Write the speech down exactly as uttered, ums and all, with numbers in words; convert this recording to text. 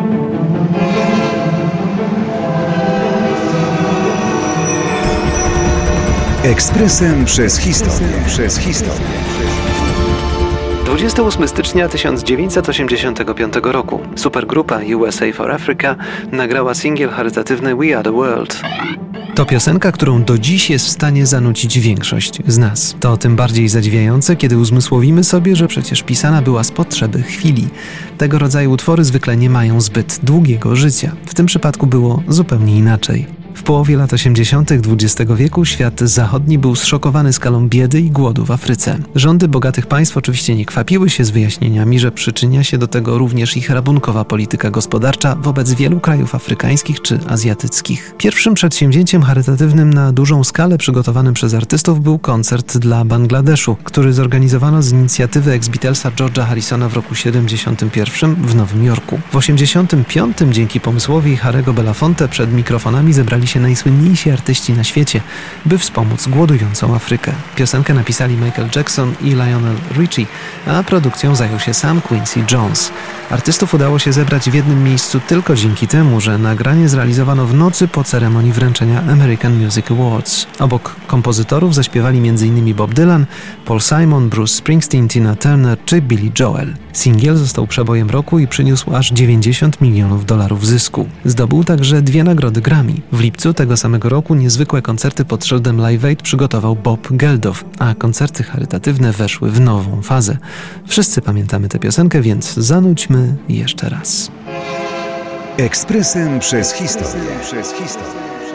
Ekspresem przez historię. Przez historię. dwudziestego ósmego stycznia tysiąc dziewięćset osiemdziesiątego piątego roku supergrupa U S A for Africa nagrała singiel charytatywny We Are The World. To piosenka, którą do dziś jest w stanie zanucić większość z nas. To tym bardziej zadziwiające, kiedy uzmysłowimy sobie, że przecież pisana była z potrzeby chwili. Tego rodzaju utwory zwykle nie mają zbyt długiego życia. W tym przypadku było zupełnie inaczej. W połowie lat osiemdziesiątych dwudziestego wieku świat zachodni był zszokowany skalą biedy i głodu w Afryce. Rządy bogatych państw oczywiście nie kwapiły się z wyjaśnieniami, że przyczynia się do tego również ich rabunkowa polityka gospodarcza wobec wielu krajów afrykańskich czy azjatyckich. Pierwszym przedsięwzięciem charytatywnym na dużą skalę przygotowanym przez artystów był koncert dla Bangladeszu, który zorganizowano z inicjatywy ex-Beatlesa George'a Harrisona w roku siedemdziesiątym pierwszym w Nowym Jorku. W osiemdziesiątym piątym dzięki pomysłowi Harry'ego Belafonte przed mikrofonami zebrali się najsłynniejsi artyści na świecie, by wspomóc głodującą Afrykę. Piosenkę napisali Michael Jackson i Lionel Richie, a produkcją zajął się sam Quincy Jones. Artystów udało się zebrać w jednym miejscu tylko dzięki temu, że nagranie zrealizowano w nocy po ceremonii wręczenia American Music Awards. Obok kompozytorów zaśpiewali m.in. Bob Dylan, Paul Simon, Bruce Springsteen, Tina Turner czy Billy Joel. Singiel został przebojem roku i przyniósł aż dziewięćdziesiąt milionów dolarów zysku. Zdobył także dwie nagrody Grammy. W lipcu tego samego roku niezwykłe koncerty pod szyldem Live Aid przygotował Bob Geldof, a koncerty charytatywne weszły w nową fazę. Wszyscy pamiętamy tę piosenkę, więc zanućmy jeszcze raz. Ekspresem przez historię. Przez historię.